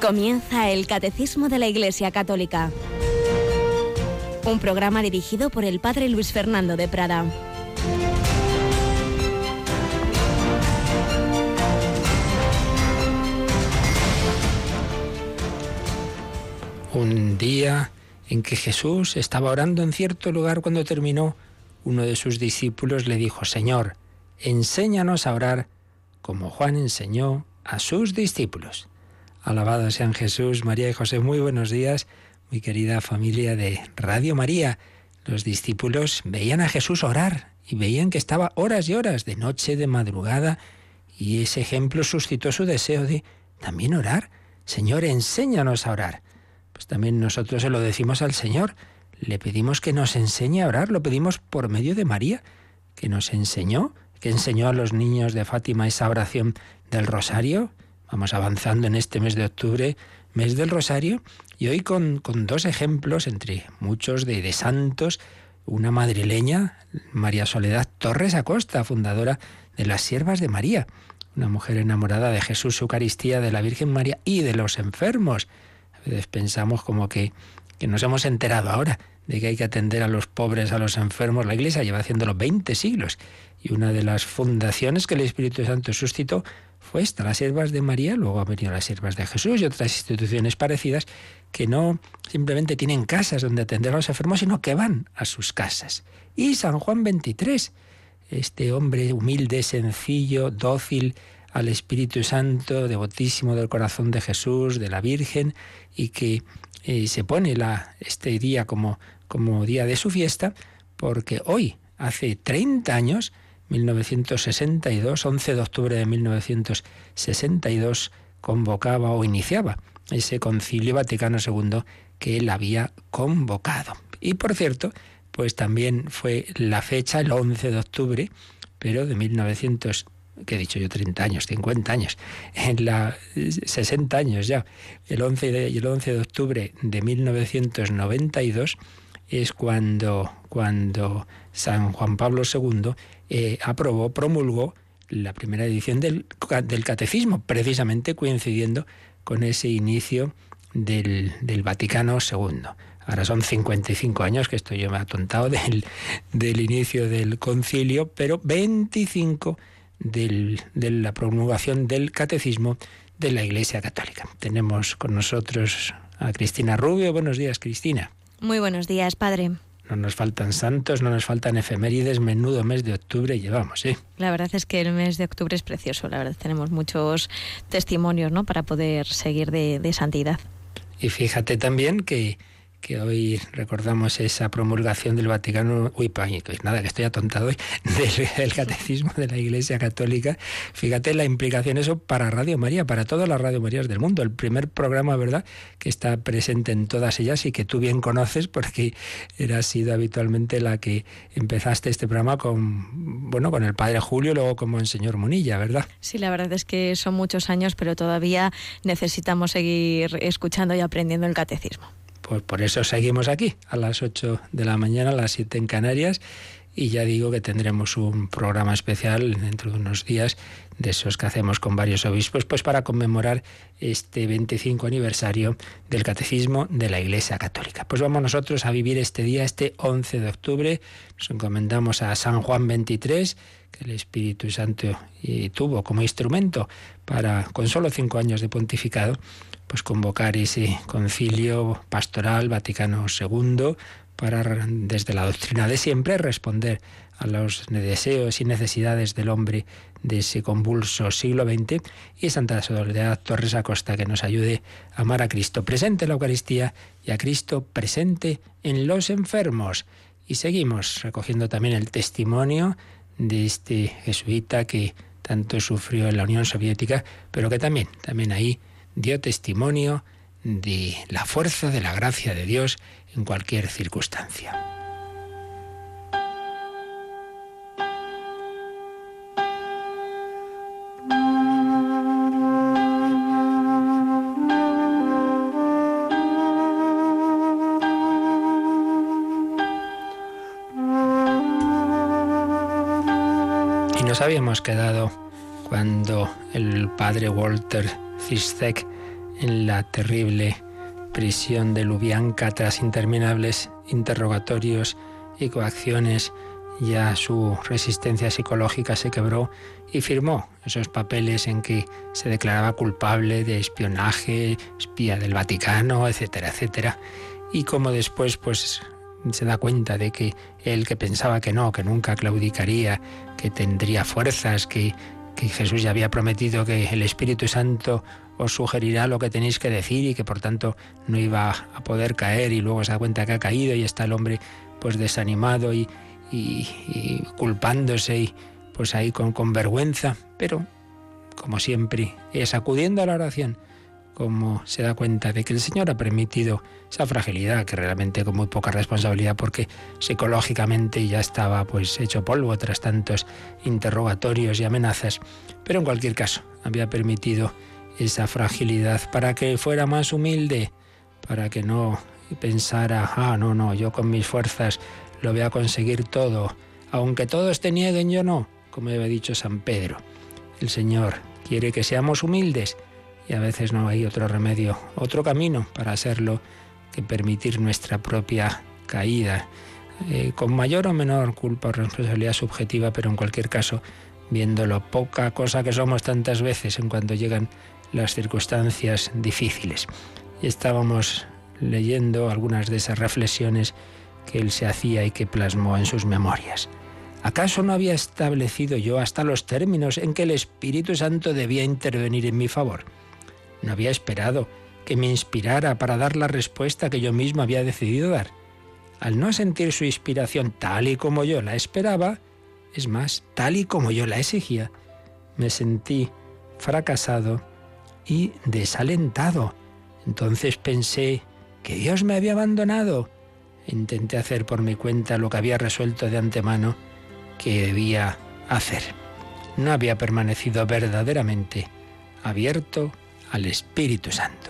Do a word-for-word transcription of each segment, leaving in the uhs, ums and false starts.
Comienza el Catecismo de la Iglesia Católica. Un programa dirigido por el Padre Luis Fernando de Prada. Un día en que Jesús estaba orando en cierto lugar, cuando terminó, uno de sus discípulos le dijo: Señor, enséñanos a orar como Juan enseñó a sus discípulos. Alabado sean Jesús, María y José. Muy buenos días, mi querida familia de Radio María. Los discípulos veían a Jesús orar y veían que estaba horas y horas, de noche, de madrugada, y ese ejemplo suscitó su deseo de también orar. Señor, enséñanos a orar. Pues también nosotros se lo decimos al Señor. Le pedimos que nos enseñe a orar, lo pedimos por medio de María, que nos enseñó, que enseñó a los niños de Fátima esa oración del Rosario. Vamos avanzando en este mes de octubre, mes del Rosario, y hoy con, con dos ejemplos, entre muchos, de, de santos, una madrileña, María Soledad Torres Acosta, fundadora de las Siervas de María, una mujer enamorada de Jesús, Eucaristía, de la Virgen María y de los enfermos. A veces pensamos como que, que nos hemos enterado ahora de que hay que atender a los pobres, a los enfermos. La Iglesia lleva haciéndolo veinte siglos, y una de las fundaciones que el Espíritu Santo suscitó fue esta, las Siervas de María. Luego han venido las Siervas de Jesús y otras instituciones parecidas que no simplemente tienen casas donde atender a los enfermos, sino que van a sus casas. Y San Juan veintitrés, este hombre humilde, sencillo, dócil al Espíritu Santo, devotísimo del corazón de Jesús, de la Virgen, y que eh, se pone la, este día como, como día de su fiesta, porque hoy, hace treinta años, mil novecientos sesenta y dos, once de octubre de mil novecientos sesenta y dos, convocaba o iniciaba ese Concilio Vaticano segundo que él había convocado. Y por cierto, pues también fue la fecha, el once de octubre, pero de mil novecientos, ¿qué he dicho yo? treinta años, cincuenta años, en la sesenta años ya. El once de, el once de octubre de mil novecientos noventa y dos es cuando, cuando San Juan Pablo segundo eh, aprobó, promulgó la primera edición del, del Catecismo, precisamente coincidiendo con ese inicio del, del Vaticano segundo. Ahora son cincuenta y cinco años, que esto yo me he atontado del, del inicio del concilio, pero veinticinco del, de la promulgación del Catecismo de la Iglesia Católica. Tenemos con nosotros a Cristina Rubio. Buenos días, Cristina. Muy buenos días, padre. No nos faltan santos, no nos faltan efemérides, menudo mes de octubre llevamos, ¿eh? La verdad es que el mes de octubre es precioso, la verdad tenemos muchos testimonios, ¿no?, para poder seguir de, de santidad. Y fíjate también que, que hoy recordamos esa promulgación del Vaticano, uy, pañito, nada, que estoy atontado hoy, del, del Catecismo de la Iglesia Católica. Fíjate la implicación eso para Radio María, para todas las Radio Marías del mundo. El primer programa, ¿verdad?, que está presente en todas ellas y que tú bien conoces porque eras sido habitualmente la que empezaste este programa con, bueno, con el Padre Julio, luego con Monseñor Munilla, ¿verdad? Sí, la verdad es que son muchos años, pero todavía necesitamos seguir escuchando y aprendiendo el Catecismo. Pues por eso seguimos aquí, a las ocho de la mañana, a las siete en Canarias, y ya digo que tendremos un programa especial dentro de unos días, de esos que hacemos con varios obispos, pues para conmemorar este veinticinco aniversario del Catecismo de la Iglesia Católica. Pues vamos nosotros a vivir este día, este once de octubre, nos encomendamos a San Juan veintitrés, que el Espíritu Santo tuvo como instrumento para, con solo cinco años de pontificado, pues convocar ese concilio pastoral Vaticano segundo para, desde la doctrina de siempre, responder a los deseos y necesidades del hombre de ese convulso siglo veinte, y Santa Soledad Torres Acosta, que nos ayude a amar a Cristo presente en la Eucaristía y a Cristo presente en los enfermos. Y seguimos recogiendo también el testimonio de este jesuita que tanto sufrió en la Unión Soviética, pero que también, también ahí dio testimonio de la fuerza de la gracia de Dios en cualquier circunstancia. Y nos habíamos quedado cuando el padre Walter Zizek en la terrible prisión de Lubianka tras interminables interrogatorios y coacciones. Ya su resistencia psicológica se quebró y firmó esos papeles en que se declaraba culpable de espionaje, espía del Vaticano, etcétera, etcétera. Y como después pues se da cuenta de que él, que pensaba que no, que nunca claudicaría, que tendría fuerzas, que, que Jesús ya había prometido que el Espíritu Santo os sugerirá lo que tenéis que decir y que por tanto no iba a poder caer, y luego se da cuenta que ha caído y está el hombre pues desanimado y Y, y culpándose y pues ahí con, con vergüenza, pero como siempre, es acudiendo a la oración como se da cuenta de que el Señor ha permitido esa fragilidad, que realmente con muy poca responsabilidad, porque psicológicamente ya estaba pues hecho polvo tras tantos interrogatorios y amenazas, pero en cualquier caso había permitido esa fragilidad para que fuera más humilde, para que no pensara, ah, no, no, yo con mis fuerzas lo voy a conseguir todo, aunque todos te nieguen, yo no, como había dicho San Pedro. El Señor quiere que seamos humildes y a veces no hay otro remedio, otro camino para hacerlo que permitir nuestra propia caída, eh, con mayor o menor culpa o responsabilidad subjetiva, pero en cualquier caso, viendo lo poca cosa que somos tantas veces en cuanto llegan las circunstancias difíciles. Y estábamos leyendo algunas de esas reflexiones que él se hacía y que plasmó en sus memorias. ¿Acaso no había establecido yo hasta los términos en que el Espíritu Santo debía intervenir en mi favor? ¿No había esperado que me inspirara para dar la respuesta que yo mismo había decidido dar? Al no sentir su inspiración tal y como yo la esperaba, es más, tal y como yo la exigía, me sentí fracasado y desalentado. Entonces pensé que Dios me había abandonado. Intenté hacer por mi cuenta lo que había resuelto de antemano que debía hacer. No había permanecido verdaderamente abierto al Espíritu Santo.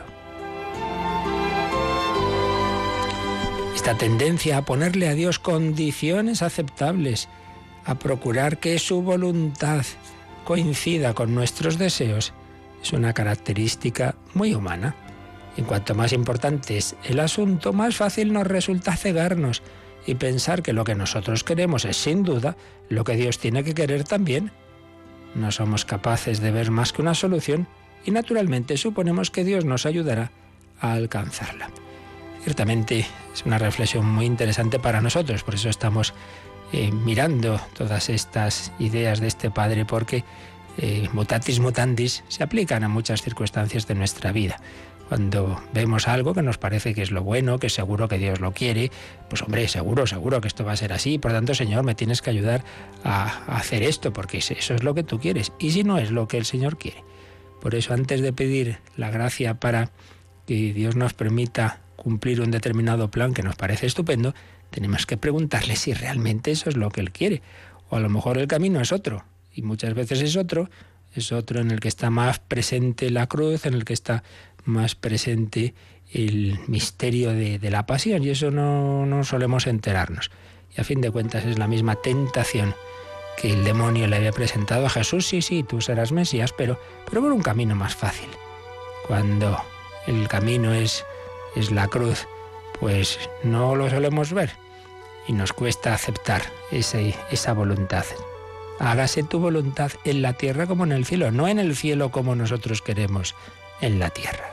Esta tendencia a ponerle a Dios condiciones aceptables, a procurar que su voluntad coincida con nuestros deseos, es una característica muy humana. En cuanto más importante es el asunto, más fácil nos resulta cegarnos y pensar que lo que nosotros queremos es sin duda lo que Dios tiene que querer también. No somos capaces de ver más que una solución y naturalmente suponemos que Dios nos ayudará a alcanzarla. Ciertamente es una reflexión muy interesante para nosotros, por eso estamos eh, mirando todas estas ideas de este Padre, porque eh, mutatis mutandis se aplican a muchas circunstancias de nuesra vida. Cuando vemos algo que nos parece que es lo bueno, que seguro que Dios lo quiere, pues hombre, seguro, seguro que esto va a ser así. Por tanto, Señor, me tienes que ayudar a, a hacer esto, porque eso es lo que tú quieres. Y si no es lo que el Señor quiere. Por eso, antes de pedir la gracia para que Dios nos permita cumplir un determinado plan que nos parece estupendo, tenemos que preguntarle si realmente eso es lo que Él quiere. O a lo mejor el camino es otro, y muchas veces es otro, es otro en el que está más presente la cruz, en el que está más presente el misterio de, de la pasión, y eso no, no solemos enterarnos. Y a fin de cuentas es la misma tentación que el demonio le había presentado a Jesús. Sí, sí, tú serás Mesías, pero, pero por un camino más fácil. Cuando el camino es, es la cruz, pues no lo solemos ver y nos cuesta aceptar ese, esa voluntad. Hágase tu voluntad en la tierra como en el cielo, no en el cielo como nosotros queremos, en la tierra.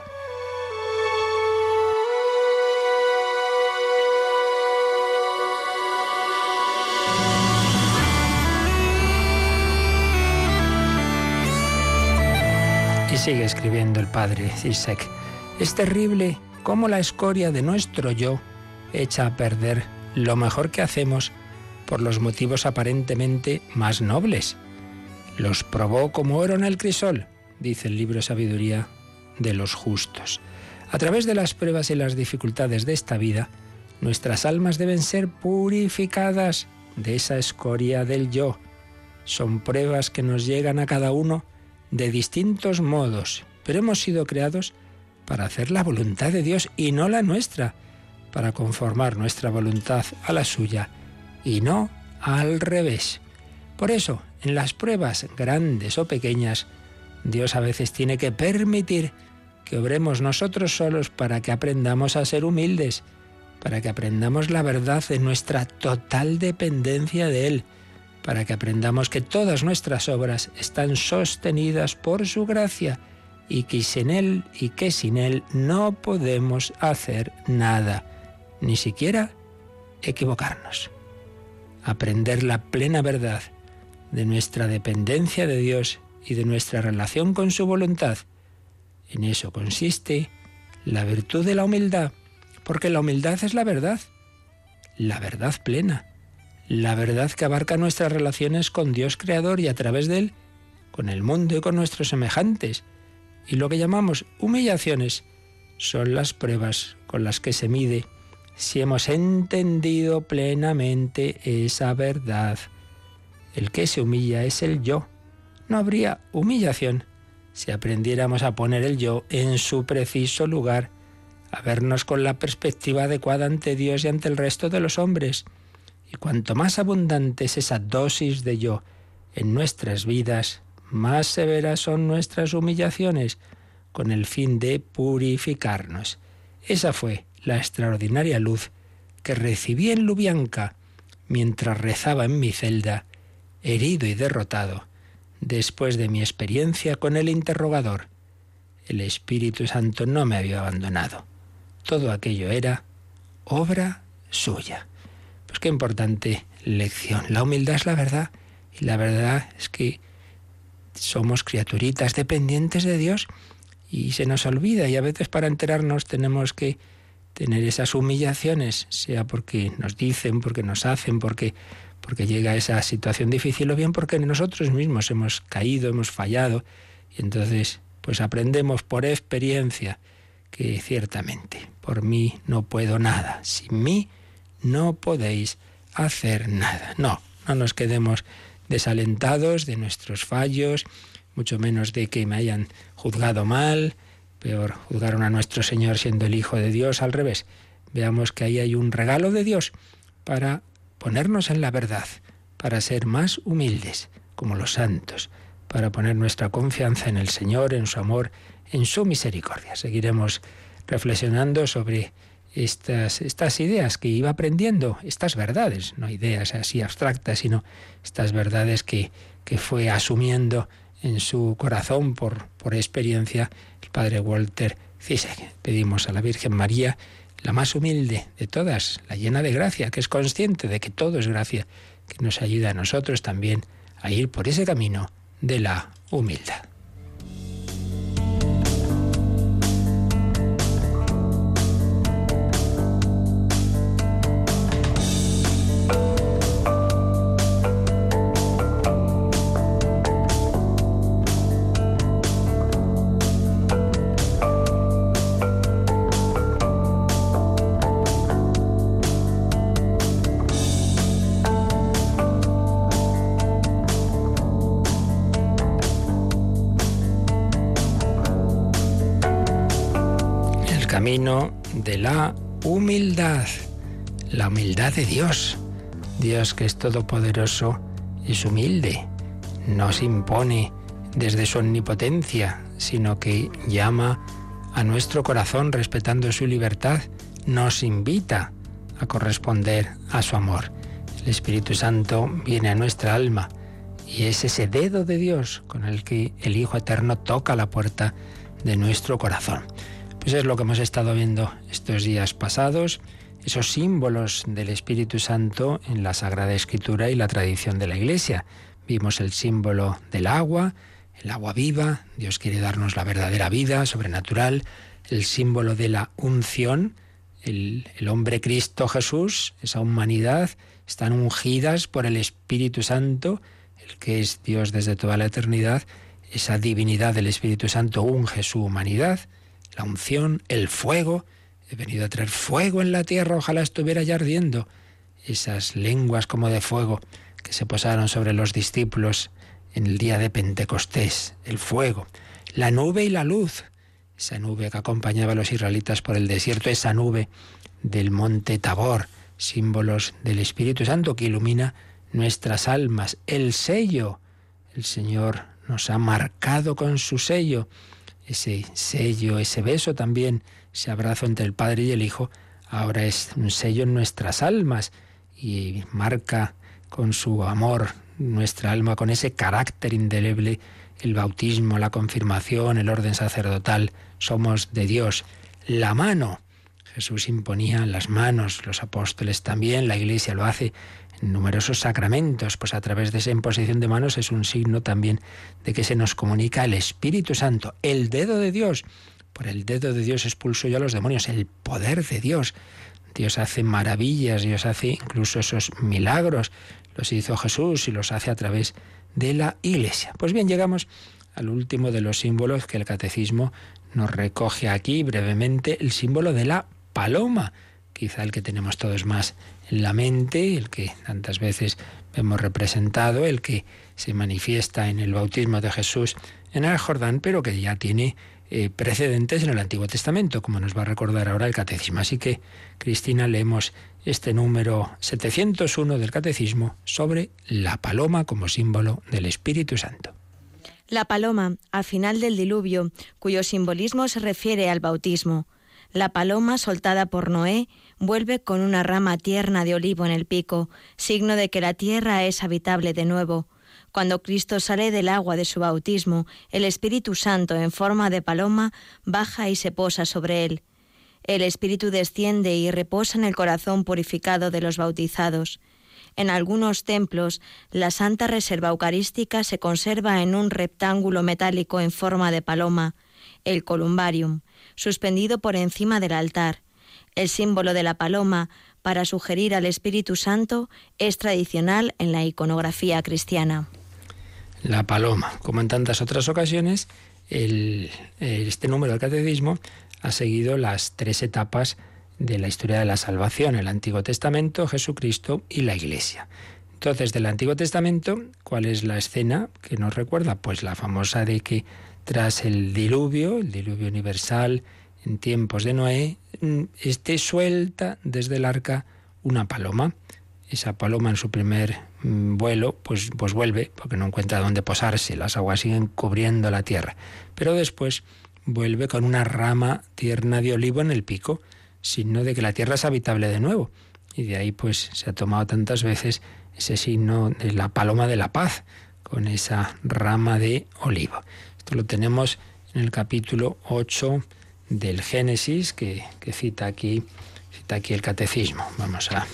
Y sigue escribiendo el padre Zizek. Es terrible cómo la escoria de nuestro yo echa a perder lo mejor que hacemos por los motivos aparentemente más nobles. Los probó como oro en el crisol, dice el libro Sabiduría de los Justos. A través de las pruebas y las dificultades de esta vida, nuestras almas deben ser purificadas de esa escoria del yo. Son pruebas que nos llegan a cada uno de distintos modos, pero hemos sido creados para hacer la voluntad de Dios y no la nuestra, para conformar nuestra voluntad a la suya y no al revés. Por eso, en las pruebas grandes o pequeñas, Dios a veces tiene que permitir que obremos nosotros solos para que aprendamos a ser humildes, para que aprendamos la verdad de nuestra total dependencia de Él, para que aprendamos que todas nuestras obras están sostenidas por su gracia y que sin Él y que sin Él no podemos hacer nada, ni siquiera equivocarnos. Aprender la plena verdad de nuestra dependencia de Dios y de nuestra relación con su voluntad. En eso consiste la virtud de la humildad, porque la humildad es la verdad, la verdad plena, la verdad que abarca nuestras relaciones con Dios Creador y a través de Él, con el mundo y con nuestros semejantes. Y lo que llamamos humillaciones son las pruebas con las que se mide si hemos entendido plenamente esa verdad. El que se humilla es el yo. No habría humillación si aprendiéramos a poner el yo en su preciso lugar, a vernos con la perspectiva adecuada ante Dios y ante el resto de los hombres. Y cuanto más abundante es esa dosis de yo en nuestras vidas, más severas son nuestras humillaciones, con el fin de purificarnos. Esa fue la extraordinaria luz que recibí en Lubianka mientras rezaba en mi celda, herido y derrotado, después de mi experiencia con el interrogador. El Espíritu Santo no me había abandonado. Todo aquello era obra suya. Pues qué importante lección. La humildad es la verdad, y la verdad es que somos criaturitas dependientes de Dios y se nos olvida, y a veces para enterarnos tenemos que tener esas humillaciones, sea porque nos dicen, porque nos hacen, porque, porque llega esa situación difícil, o bien porque nosotros mismos hemos caído, hemos fallado, y entonces pues aprendemos por experiencia que ciertamente por mí no puedo nada, sin mí no podéis hacer nada. No, no nos quedemos desalentados de nuestros fallos, mucho menos de que me hayan juzgado mal. Peor, juzgaron a nuestro Señor siendo el Hijo de Dios, al revés. Veamos que ahí hay un regalo de Dios para ponernos en la verdad, para ser más humildes, como los santos, para poner nuestra confianza en el Señor, en su amor, en su misericordia. Seguiremos reflexionando sobre estas, estas ideas que iba aprendiendo, estas verdades, no ideas así abstractas, sino estas verdades que, que fue asumiendo en su corazón por, por experiencia el padre Walter Zizek. Pedimos a la Virgen María, la más humilde de todas, la llena de gracia, que es consciente de que todo es gracia, que nos ayude a nosotros también a ir por ese camino de la humildad. Camino de la humildad, la humildad de Dios. Dios, que es todopoderoso, es humilde, no se impone desde su omnipotencia, sino que llama a nuestro corazón respetando su libertad, nos invita a corresponder a su amor. El Espíritu Santo viene a nuestra alma y es ese dedo de Dios con el que el Hijo Eterno toca la puerta de nuestro corazón. Pues es lo que hemos estado viendo estos días pasados, esos símbolos del Espíritu Santo en la Sagrada Escritura y la tradición de la Iglesia. Vimos el símbolo del agua, el agua viva, Dios quiere darnos la verdadera vida sobrenatural, el símbolo de la unción, el, el hombre Cristo Jesús, esa humanidad, están ungidas por el Espíritu Santo, el que es Dios desde toda la eternidad, esa divinidad del Espíritu Santo unge su humanidad. La unción, el fuego, he venido a traer fuego en la tierra, ojalá estuviera ya ardiendo. Esas lenguas como de fuego que se posaron sobre los discípulos en el día de Pentecostés, el fuego, la nube y la luz, esa nube que acompañaba a los israelitas por el desierto, esa nube del monte Tabor, símbolos del Espíritu Santo que ilumina nuestras almas, el sello, el Señor nos ha marcado con su sello, ese sello, ese beso también, ese abrazo entre el Padre y el Hijo, ahora es un sello en nuestras almas y marca con su amor nuestra alma, con ese carácter indeleble, el bautismo, la confirmación, el orden sacerdotal. Somos de Dios. La mano. Jesús imponía las manos, los apóstoles también, la Iglesia lo hace en numerosos sacramentos, pues a través de esa imposición de manos es un signo también de que se nos comunica el Espíritu Santo, el dedo de Dios. Por el dedo de Dios expulso yo a los demonios, el poder de Dios. Dios hace maravillas, Dios hace incluso esos milagros, los hizo Jesús y los hace a través de la Iglesia. Pues bien, llegamos al último de los símbolos que el Catecismo nos recoge aquí brevemente, el símbolo de la paloma, quizá el que tenemos todos más en la mente, el que tantas veces vemos representado, el que se manifiesta en el bautismo de Jesús en el Jordán, pero que ya tiene eh, precedentes en el Antiguo Testamento, como nos va a recordar ahora el Catecismo. Así que, Cristina, leemos este número setecientos uno del Catecismo sobre la paloma como símbolo del Espíritu Santo. La paloma, al final del diluvio, cuyo simbolismo se refiere al bautismo. La paloma, soltada por Noé, vuelve con una rama tierna de olivo en el pico, signo de que la tierra es habitable de nuevo. Cuando Cristo sale del agua de su bautismo, el Espíritu Santo, en forma de paloma, baja y se posa sobre él. El Espíritu desciende y reposa en el corazón purificado de los bautizados. En algunos templos, la Santa Reserva Eucarística se conserva en un rectángulo metálico en forma de paloma, el columbarium, suspendido por encima del altar. El símbolo de la paloma, para sugerir al Espíritu Santo, es tradicional en la iconografía cristiana. La paloma, como en tantas otras ocasiones, el, este número del Catecismo ha seguido las tres etapas de la historia de la salvación, el Antiguo Testamento, Jesucristo y la Iglesia. Entonces, del Antiguo Testamento, ¿cuál es la escena que nos recuerda? Pues la famosa de que tras el diluvio, el diluvio universal, en tiempos de Noé, esté suelta desde el arca una paloma. Esa paloma en su primer vuelo, pues, pues vuelve, porque no encuentra dónde posarse, las aguas siguen cubriendo la tierra. Pero después vuelve con una rama tierna de olivo en el pico, signo de que la tierra es habitable de nuevo. Y de ahí pues se ha tomado tantas veces ese signo de la paloma de la paz, con esa rama de olivo. Esto lo tenemos en el capítulo ocho del Génesis, que, que cita aquí, cita aquí el Catecismo. Vamos a,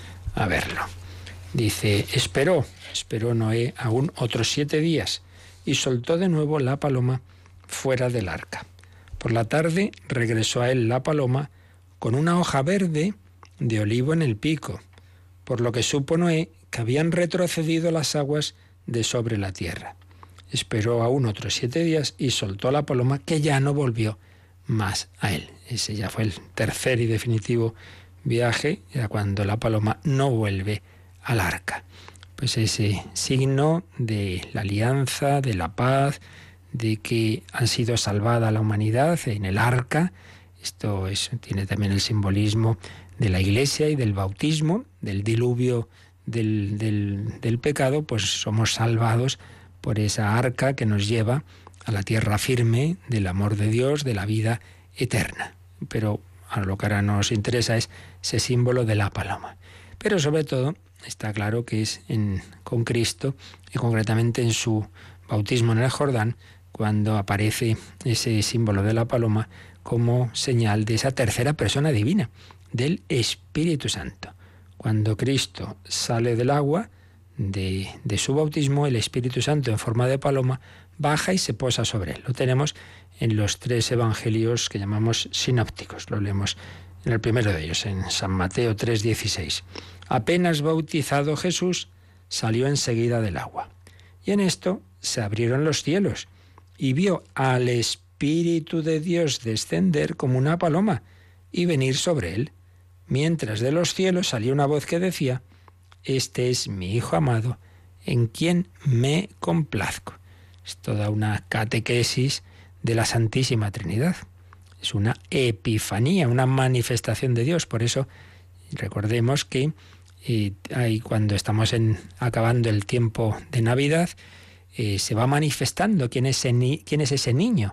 a verlo. Dice, esperó, esperó Noé aún otros siete días y soltó de nuevo la paloma fuera del arca. Por la tarde regresó a él la paloma con una hoja verde de olivo en el pico, por lo que supo Noé que habían retrocedido las aguas de sobre la tierra. Esperó aún otros siete días y soltó la paloma, que ya no volvió más a él. Ese ya fue el tercer y definitivo viaje, ya cuando la paloma no vuelve al arca. Pues ese signo de la alianza, de la paz, de que ha sido salvada la humanidad en el arca. Esto es, tiene también el simbolismo de la Iglesia y del bautismo, del diluvio del, del, del pecado, pues somos salvados por esa arca que nos lleva a la tierra firme del amor de Dios, de la vida eterna. Pero a lo que ahora nos interesa es ese símbolo de la paloma. Pero sobre todo está claro que es en, con Cristo y concretamente en su bautismo en el Jordán cuando aparece ese símbolo de la paloma como señal de esa tercera persona divina, del Espíritu Santo. Cuando Cristo sale del agua de, de su bautismo, el Espíritu Santo en forma de paloma baja y se posa sobre él. Lo tenemos en los tres evangelios que llamamos sinópticos. Lo leemos en el primero de ellos, en San Mateo tres dieciséis. Apenas bautizado Jesús, salió enseguida del agua. Y en esto se abrieron los cielos y vio al Espíritu de Dios descender como una paloma y venir sobre él, mientras de los cielos salió una voz que decía: Este es mi Hijo amado, en quien me complazco. Es toda una catequesis de la Santísima Trinidad. Es una epifanía, una manifestación de Dios. Por eso recordemos que eh, hay, cuando estamos en, acabando el tiempo de Navidad, eh, se va manifestando quién es, ese, quién es ese niño.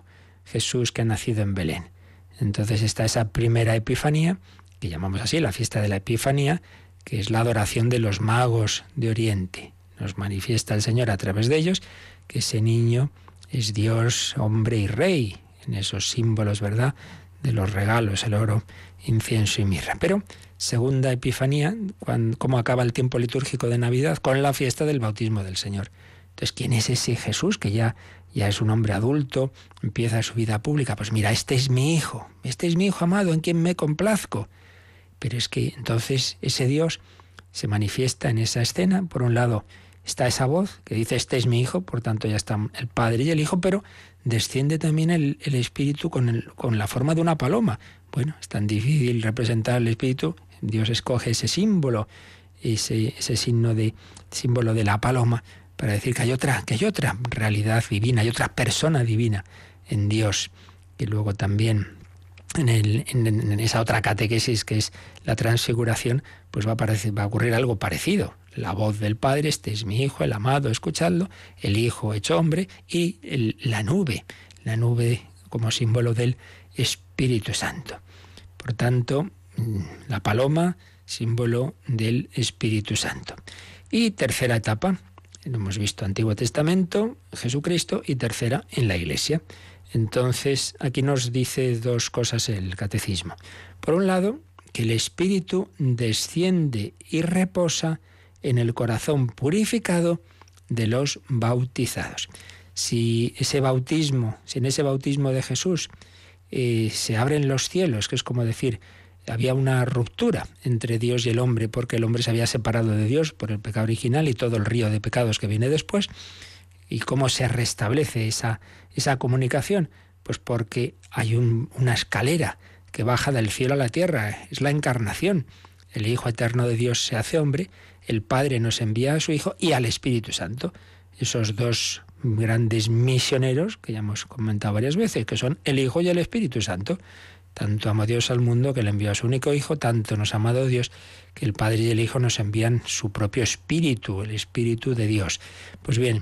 Jesús que ha nacido en Belén. Entonces está esa primera Epifanía, que llamamos así la fiesta de la Epifanía, que es la adoración de los magos de Oriente. Nos manifiesta el Señor a través de ellos que ese niño es Dios, hombre y rey, en esos símbolos, ¿verdad?, de los regalos, el oro, incienso y mirra. Pero segunda Epifanía, cuando, ¿cómo acaba el tiempo litúrgico de Navidad? Con la fiesta del bautismo del Señor. Entonces, ¿quién es ese Jesús que ya, ya es un hombre adulto, empieza su vida pública? Pues mira, este es mi hijo, este es mi hijo amado, en quien me complazco. Pero es que entonces ese Dios se manifiesta en esa escena. Por un lado está esa voz que dice, este es mi hijo, por tanto ya están el Padre y el Hijo, pero desciende también el, el Espíritu con, el, con la forma de una paloma. Bueno, es tan difícil representar el Espíritu, Dios escoge ese símbolo, ese, ese signo de, símbolo de la paloma, para decir que hay otra, que hay otra realidad divina, hay otra persona divina en Dios, que luego también en, el, en, en esa otra catequesis que es la transfiguración, pues va a, parecer, va a ocurrir algo parecido. La voz del Padre, este es mi Hijo, el amado, escuchadlo, el Hijo hecho hombre, y el, la nube, la nube como símbolo del Espíritu Santo. Por tanto, la paloma, símbolo del Espíritu Santo. Y tercera etapa, lo hemos visto Antiguo Testamento, Jesucristo, y tercera en la Iglesia. Entonces, aquí nos dice dos cosas el Catecismo. Por un lado, que el Espíritu desciende y reposa en el corazón purificado de los bautizados. Si ese bautismo, si en ese bautismo de Jesús eh, se abren los cielos, que es como decir, había una ruptura entre Dios y el hombre, porque el hombre se había separado de Dios por el pecado original y todo el río de pecados que viene después. ¿Y cómo se restablece esa, esa comunicación? Pues porque hay un, una escalera que baja del cielo a la tierra, es la encarnación. El Hijo eterno de Dios se hace hombre, el Padre nos envía a su Hijo y al Espíritu Santo. Esos dos grandes misioneros, que ya hemos comentado varias veces, que son el Hijo y el Espíritu Santo. Tanto amó Dios al mundo que le envió a su único Hijo, tanto nos ha amado Dios que el Padre y el Hijo nos envían su propio Espíritu, el Espíritu de Dios. Pues bien,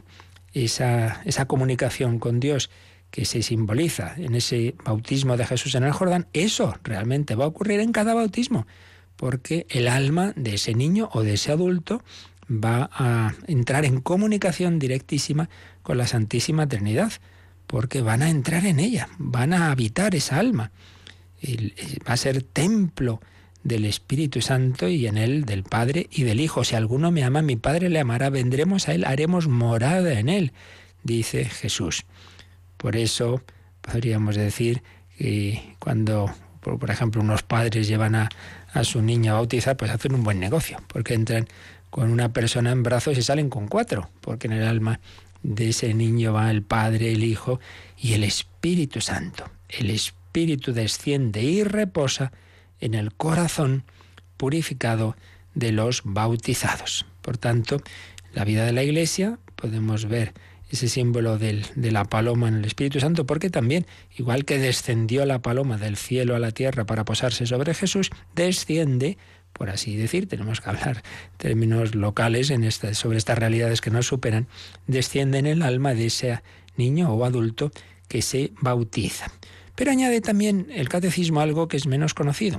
esa, esa comunicación con Dios que se simboliza en ese bautismo de Jesús en el Jordán, eso realmente va a ocurrir en cada bautismo, porque el alma de ese niño o de ese adulto va a entrar en comunicación directísima con la Santísima Trinidad, porque van a entrar en ella, van a habitar esa alma. El, va a ser templo del Espíritu Santo y en él del Padre y del Hijo. Si alguno me ama, mi Padre le amará, vendremos a él, haremos morada en él, dice Jesús. Por eso podríamos decir que cuando, por, por ejemplo, unos padres llevan a, a su niño a bautizar, pues hacen un buen negocio, porque entran con una persona en brazos y salen con cuatro, porque en el alma de ese niño va el Padre, el Hijo y el Espíritu Santo. El Espíritu desciende y reposa en el corazón purificado de los bautizados. Por tanto, la vida de la Iglesia podemos ver ese símbolo del, de la paloma en el Espíritu Santo, porque también, igual que descendió la paloma del cielo a la tierra para posarse sobre Jesús, desciende, por así decir, tenemos que hablar términos locales en esta, sobre estas realidades que nos superan, desciende en el alma de ese niño o adulto que se bautiza. Pero añade también el Catecismo algo que es menos conocido,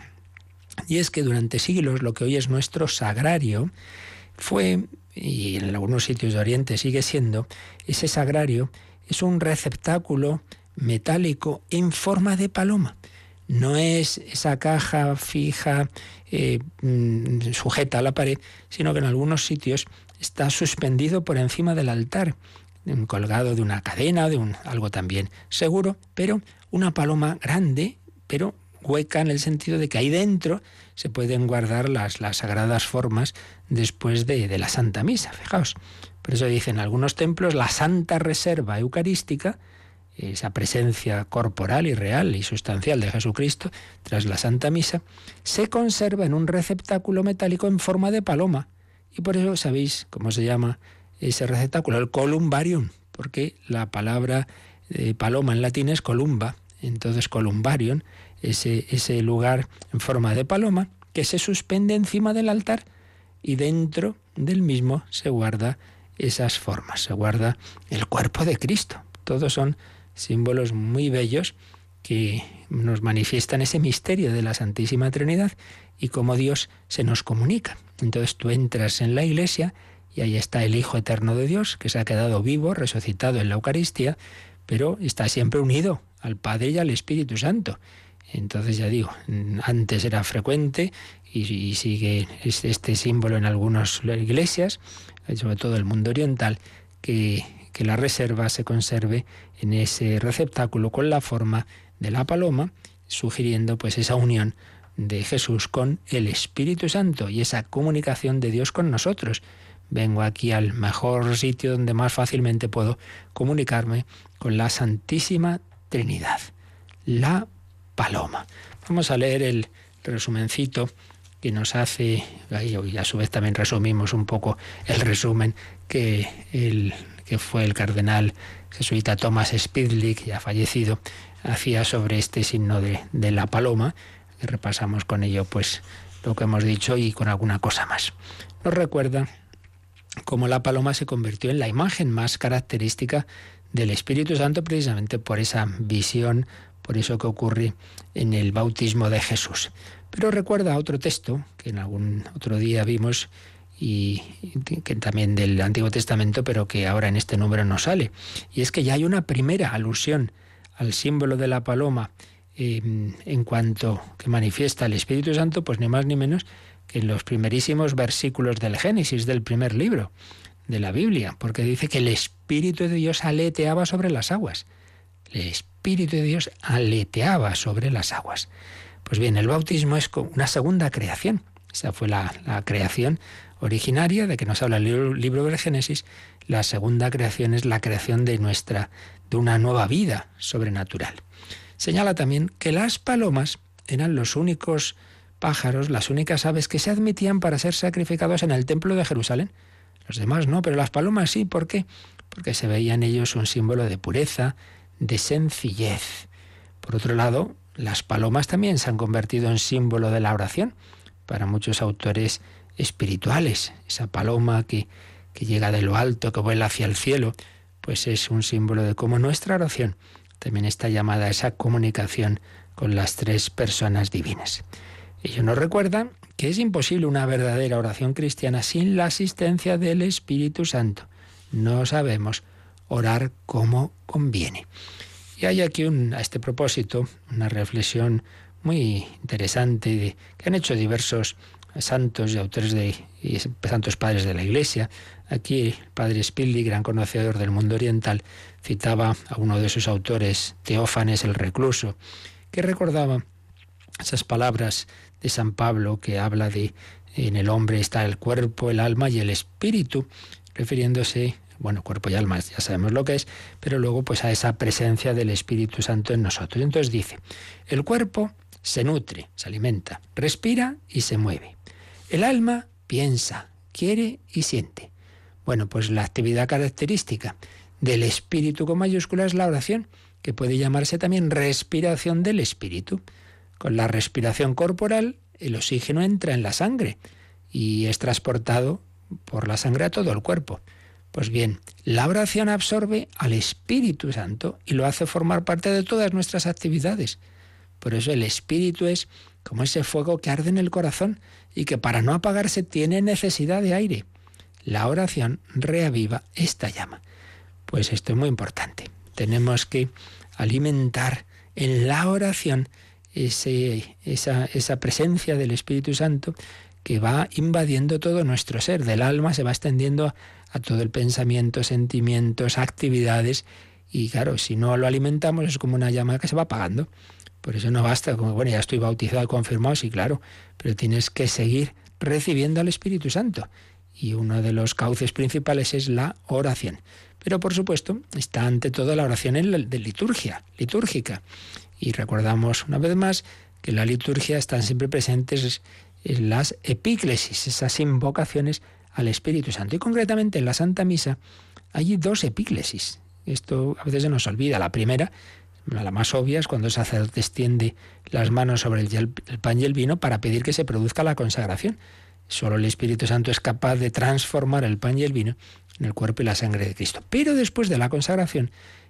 y es que durante siglos lo que hoy es nuestro sagrario fue, y en algunos sitios de Oriente sigue siendo, ese sagrario es un receptáculo metálico en forma de paloma. No es esa caja fija eh, sujeta a la pared, sino que en algunos sitios está suspendido por encima del altar, colgado de una cadena, de un, algo también seguro, pero una paloma grande, pero hueca en el sentido de que ahí dentro se pueden guardar las, las sagradas formas después de, de la Santa Misa. Fijaos, por eso dicen algunos templos la Santa Reserva Eucarística, esa presencia corporal y real y sustancial de Jesucristo tras la Santa Misa, se conserva en un receptáculo metálico en forma de paloma. Y por eso sabéis cómo se llama ese receptáculo, el columbarium, porque la palabra eh, paloma en latín es columba. Entonces columbarium, ese, ese lugar en forma de paloma que se suspende encima del altar y dentro del mismo se guarda esas formas, se guarda el cuerpo de Cristo. Todos son símbolos muy bellos que nos manifiestan ese misterio de la Santísima Trinidad y cómo Dios se nos comunica. Entonces tú entras en la iglesia y ahí está el Hijo Eterno de Dios, que se ha quedado vivo, resucitado en la Eucaristía, pero está siempre unido al Padre y al Espíritu Santo. Entonces ya digo, antes era frecuente y, y sigue este símbolo en algunas iglesias, sobre todo el mundo oriental, que, que la reserva se conserve en ese receptáculo con la forma de la paloma, sugiriendo pues esa unión de Jesús con el Espíritu Santo y esa comunicación de Dios con nosotros. Vengo aquí al mejor sitio donde más fácilmente puedo comunicarme con la Santísima Trinidad, la paloma. Vamos a leer el resumencito que nos hace, y a su vez también resumimos un poco el resumen que, el, que fue el cardenal jesuita Thomas Spidley, que ya ha fallecido, hacía sobre este signo de, de la paloma, que repasamos con ello pues lo que hemos dicho y con alguna cosa más. Nos recuerda cómo la paloma se convirtió en la imagen más característica del Espíritu Santo precisamente por esa visión, por eso que ocurre en el bautismo de Jesús. Pero recuerda otro texto que en algún otro día vimos y que también del Antiguo Testamento, pero que ahora en este número no sale. Y es que ya hay una primera alusión al símbolo de la paloma eh, en cuanto que manifiesta el Espíritu Santo, pues ni más ni menos que en los primerísimos versículos del Génesis, del primer libro de la Biblia, porque dice que el Espíritu de Dios aleteaba sobre las aguas. El Espíritu de Dios aleteaba sobre las aguas. Pues bien, el bautismo es una segunda creación. Esa fue la, la creación originaria de que nos habla el libro, libro del Génesis. La segunda creación es la creación de nuestra, de una nueva vida sobrenatural. Señala también que las palomas eran los únicos pájaros, las únicas aves que se admitían para ser sacrificados en el templo de Jerusalén. Los demás no, pero las palomas sí. ¿Por qué? Porque se veía en ellos un símbolo de pureza, de sencillez. Por otro lado, las palomas también se han convertido en símbolo de la oración para muchos autores espirituales. Esa paloma que, que llega de lo alto, que vuela hacia el cielo, pues es un símbolo de cómo nuestra oración también está llamada a esa comunicación con las tres personas divinas. Ello nos recuerda que es imposible una verdadera oración cristiana sin la asistencia del Espíritu Santo. No sabemos orar como conviene. Y hay aquí un, a este propósito una reflexión muy interesante de, que han hecho diversos santos y autores de y santos padres de la Iglesia. Aquí el padre Spidley, gran conocedor del mundo oriental, citaba a uno de sus autores, Teófanes el Recluso, que recordaba esas palabras de San Pablo que habla de en el hombre está el cuerpo, el alma y el espíritu, refiriéndose, bueno, cuerpo y alma ya sabemos lo que es, pero luego pues a esa presencia del Espíritu Santo en nosotros. Entonces dice, el cuerpo se nutre, se alimenta, respira y se mueve. El alma piensa, quiere y siente. Bueno, pues la actividad característica del espíritu con mayúscula es la oración, que puede llamarse también respiración del espíritu. Con la respiración corporal, el oxígeno entra en la sangre y es transportado por la sangre a todo el cuerpo. Pues bien, la oración absorbe al Espíritu Santo y lo hace formar parte de todas nuestras actividades. Por eso el Espíritu es como ese fuego que arde en el corazón y que para no apagarse tiene necesidad de aire. La oración reaviva esta llama. Pues esto es muy importante. Tenemos que alimentar en la oración ese, esa, esa presencia del Espíritu Santo que va invadiendo todo nuestro ser. Del alma se va extendiendo a todo el pensamiento, sentimientos, actividades. Y claro, si no lo alimentamos es como una llama que se va apagando. Por eso no basta como, bueno, ya estoy bautizado y confirmado, sí, claro, pero tienes que seguir recibiendo al Espíritu Santo. Y uno de los cauces principales es la oración. Pero por supuesto está ante todo la oración en la, de liturgia, litúrgica. Y recordamos una vez más que en la liturgia están siempre presentes en las epíclesis, esas invocaciones al Espíritu Santo. Y concretamente en la Santa Misa hay dos epíclesis. Esto a veces se nos olvida. La primera, la más obvia, es cuando el sacerdote extiende las manos sobre el, el pan y el vino para pedir que se produzca la consagración. Solo el Espíritu Santo es capaz de transformar el pan y el vino en el cuerpo y la sangre de Cristo. Pero después de la consagración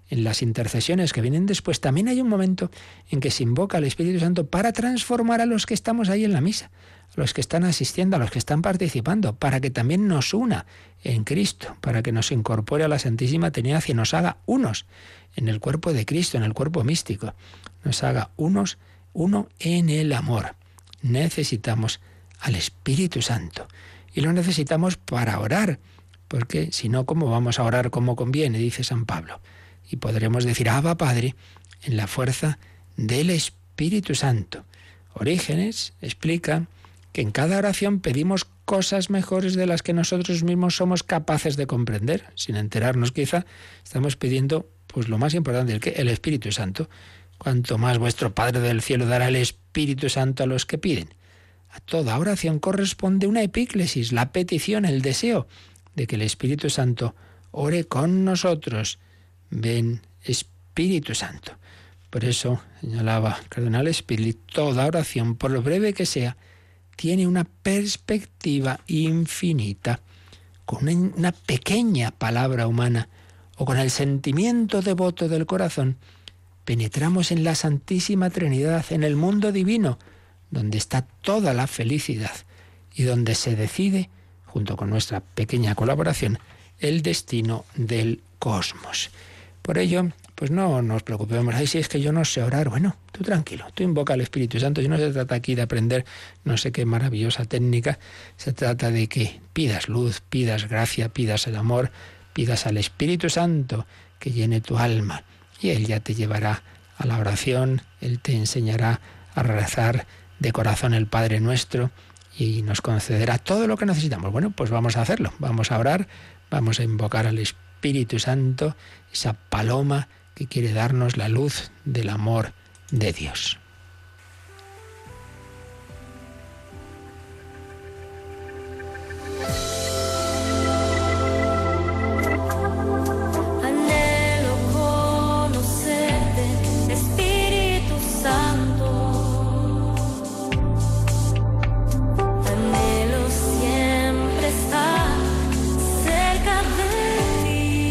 en las intercesiones que vienen después, también hay un momento en que se invoca al Espíritu Santo para transformar a los que estamos ahí en la misa, a los que están asistiendo, a los que están participando, para que también nos una en Cristo, para que nos incorpore a la Santísima Trinidad y nos haga unos en el cuerpo de Cristo, en el cuerpo místico, nos haga unos, uno en el amor. Necesitamos al Espíritu Santo y lo necesitamos para orar, porque si no, ¿cómo vamos a orar como conviene?, dice San Pablo. Y podremos decir, Abba Padre, en la fuerza del Espíritu Santo. Orígenes explica que en cada oración pedimos cosas mejores de las que nosotros mismos somos capaces de comprender. Sin enterarnos, quizá, estamos pidiendo pues lo más importante, el, que, el Espíritu Santo. Cuanto más vuestro Padre del cielo dará el Espíritu Santo a los que piden. A toda oración corresponde una epíclesis, la petición, el deseo de que el Espíritu Santo ore con nosotros. Ven, Espíritu Santo. Por eso, señalaba el cardenal Spidley, toda oración, por lo breve que sea, tiene una perspectiva infinita. Con una, una pequeña palabra humana o con el sentimiento devoto del corazón, penetramos en la Santísima Trinidad, en el mundo divino, donde está toda la felicidad y donde se decide, junto con nuestra pequeña colaboración, el destino del cosmos. Por ello, pues no nos preocupemos. Ay, si es que yo no sé orar. Bueno, tú tranquilo, tú invoca al Espíritu Santo. Si no se trata aquí de aprender no sé qué maravillosa técnica, se trata de que pidas luz, pidas gracia, pidas el amor, pidas al Espíritu Santo que llene tu alma. Y Él ya te llevará a la oración, Él te enseñará a rezar de corazón el Padre Nuestro y nos concederá todo lo que necesitamos. Bueno, pues vamos a hacerlo, vamos a orar, vamos a invocar al Espíritu Santo, esa paloma que quiere darnos la luz del amor de Dios.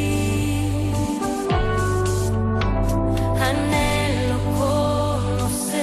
Anhelo conocer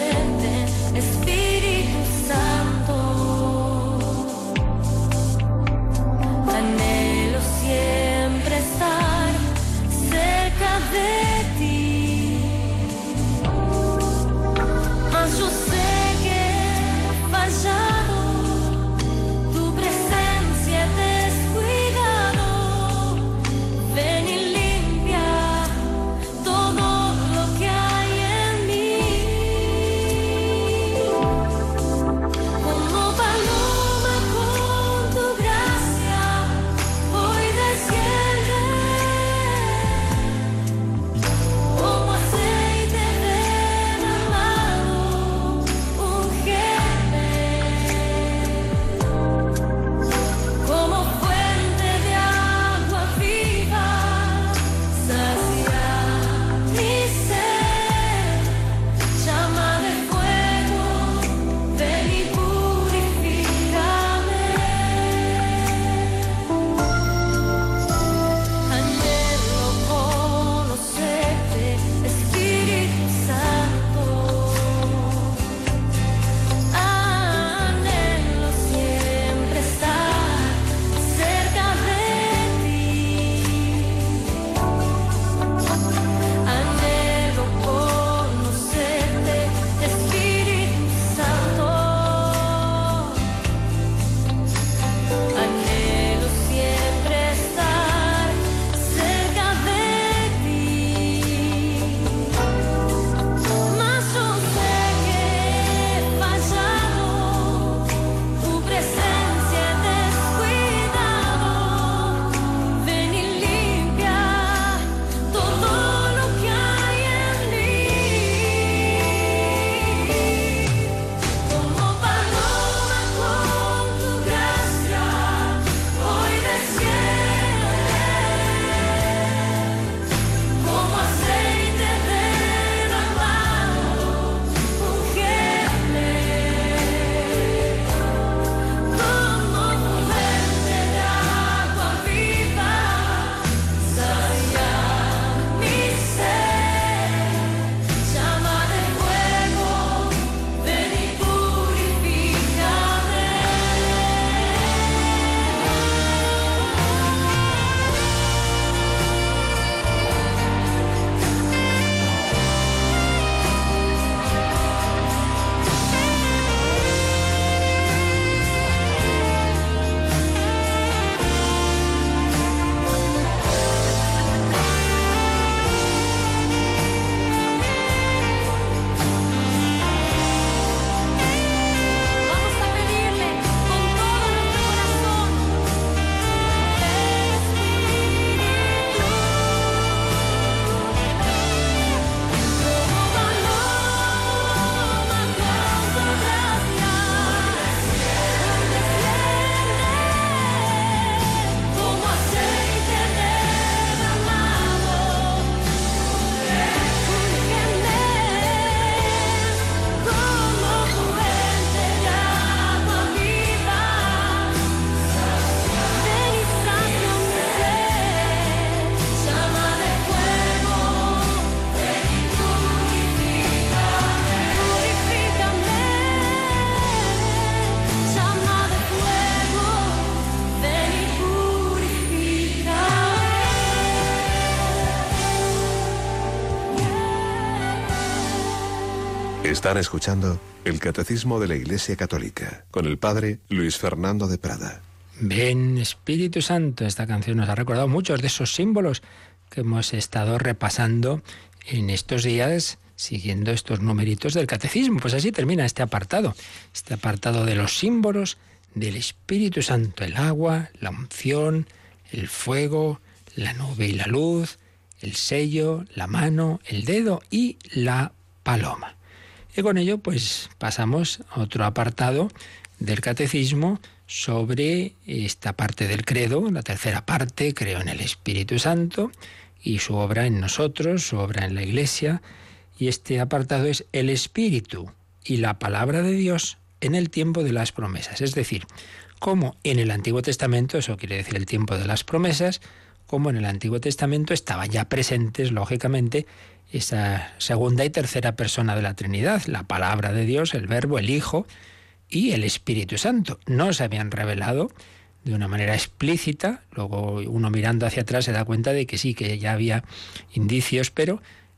Están escuchando el Catecismo de la Iglesia Católica con el Padre Luis Fernando de Prada. Ven, Espíritu Santo. Esta canción nos ha recordado muchos de esos símbolos que hemos estado repasando en estos días, siguiendo estos numeritos del Catecismo. Pues así termina este apartado, este apartado de los símbolos del Espíritu Santo: el agua, la unción, el fuego, la nube y la luz, el sello, la mano, el dedo y la paloma. Y con ello pues pasamos a otro apartado del Catecismo sobre esta parte del credo, la tercera parte: creo en el Espíritu Santo y su obra en nosotros, su obra en la Iglesia. Y este apartado es el Espíritu y la palabra de Dios en el tiempo de las promesas. Es decir, como en el Antiguo Testamento, eso quiere decir el tiempo de las promesas, como en el Antiguo Testamento estaban ya presentes, lógicamente, esa segunda y tercera persona de la Trinidad, la palabra de Dios, el Verbo, el Hijo y el Espíritu Santo. No se habían revelado de una manera explícita. Luego uno mirando hacia atrás se da cuenta de que sí, que ya había indicios, pero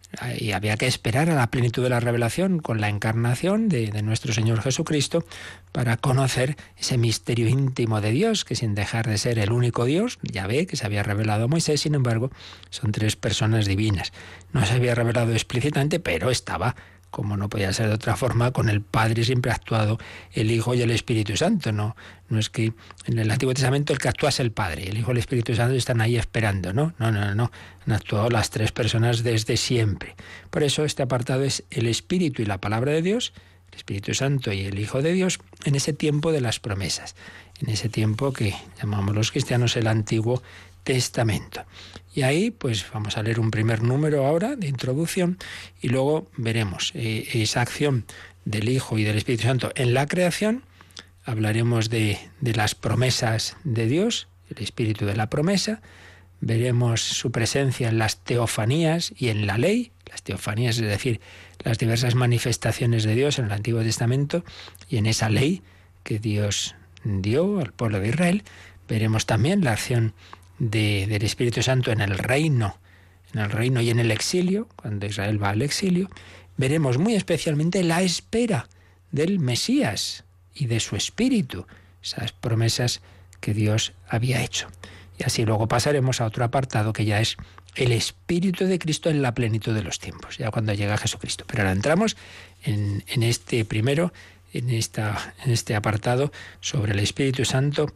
y había que esperar a la plenitud de la revelación con la encarnación de, de nuestro Señor Jesucristo para conocer ese misterio íntimo de Dios, que sin dejar de ser el único Dios, ya ve que se había revelado a Moisés, sin embargo, son tres personas divinas. No se había revelado explícitamente, pero estaba, como no podía ser de otra forma, con el Padre siempre ha actuado el Hijo y el Espíritu Santo. No, no es que en el Antiguo Testamento el que actúa es el Padre, el Hijo y el Espíritu Santo están ahí esperando, ¿no? No, no, no, no. Han actuado las tres personas desde siempre. Por eso este apartado es el Espíritu y la palabra de Dios, el Espíritu Santo y el Hijo de Dios, en ese tiempo de las promesas, en ese tiempo que llamamos los cristianos el Antiguo Testamento. Y ahí pues vamos a leer un primer número ahora de introducción y luego veremos eh, esa acción del Hijo y del Espíritu Santo en la creación. Hablaremos de, de las promesas de Dios, el espíritu de la promesa. Veremos su presencia en las teofanías y en la ley. Las teofanías, es decir, las diversas manifestaciones de Dios en el Antiguo Testamento y en esa ley que Dios dio al pueblo de Israel. Veremos también la acción de, del Espíritu Santo en el reino, en el reino y en el exilio, cuando Israel va al exilio. Veremos muy especialmente la espera del Mesías y de su Espíritu, esas promesas que Dios había hecho. Y así luego pasaremos a otro apartado que ya es el Espíritu de Cristo en la plenitud de los tiempos, ya cuando llega Jesucristo. Pero ahora entramos en, en este primero, en, esta, en este apartado sobre el Espíritu Santo,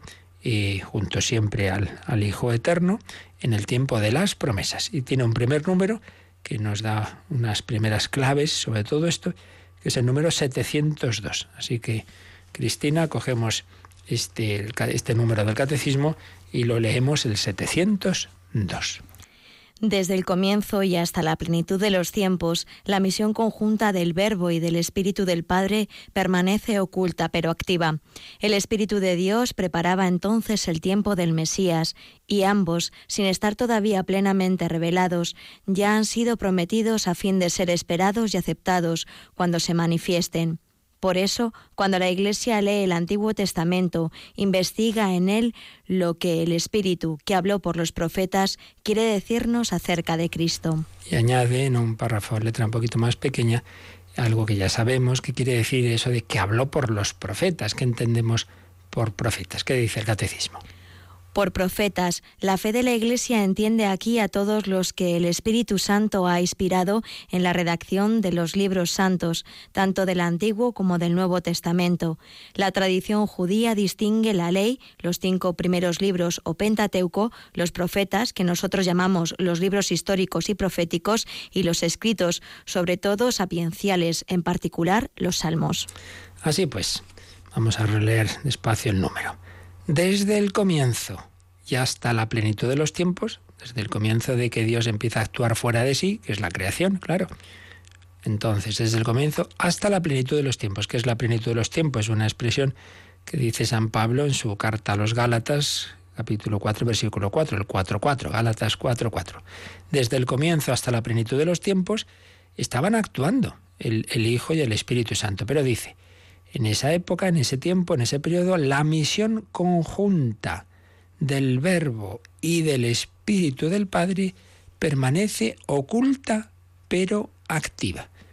y junto siempre al, al Hijo Eterno, en el tiempo de las promesas. Y tiene un primer número que nos da unas primeras claves sobre todo esto, que es el número setecientos dos. Así que, Cristina, cogemos este, este número del Catecismo y lo leemos, el setecientos dos. Desde el comienzo y hasta la plenitud de los tiempos, la misión conjunta del Verbo y del Espíritu del Padre permanece oculta pero activa. El Espíritu de Dios preparaba entonces el tiempo del Mesías, y ambos, sin estar todavía plenamente revelados, ya han sido prometidos a fin de ser esperados y aceptados cuando se manifiesten. Por eso, cuando la Iglesia lee el Antiguo Testamento, investiga en él lo que el Espíritu, que habló por los profetas, quiere decirnos acerca de Cristo. Y añade en un párrafo, letra un poquito más pequeña, algo que ya sabemos, que quiere decir eso de que habló por los profetas. ¿Qué entendemos por profetas? ¿Qué dice el Catecismo? Por profetas, la fe de la Iglesia entiende aquí a todos los que el Espíritu Santo ha inspirado en la redacción de los libros santos, tanto del Antiguo como del Nuevo Testamento. La tradición judía distingue la ley, los cinco primeros libros o Pentateuco, los profetas, que nosotros llamamos los libros históricos y proféticos, y los escritos, sobre todo sapienciales, en particular los Salmos. Así pues, vamos a releer despacio el número. Desde el comienzo y hasta la plenitud de los tiempos, desde el comienzo de que Dios empieza a actuar fuera de sí, que es la creación, claro. Entonces, desde el comienzo hasta la plenitud de los tiempos. ¿Qué es la plenitud de los tiempos? Es una expresión que dice San Pablo en su carta a los Gálatas, capítulo cuatro, versículo cuatro, el cuatro cuatro, Gálatas cuatro cuatro. Desde el comienzo hasta la plenitud de los tiempos estaban actuando el, el Hijo y el Espíritu Santo, pero dice, en esa época, en ese tiempo, en ese periodo, la misión conjunta del Verbo y del Espíritu del Padre permanece oculta pero activa.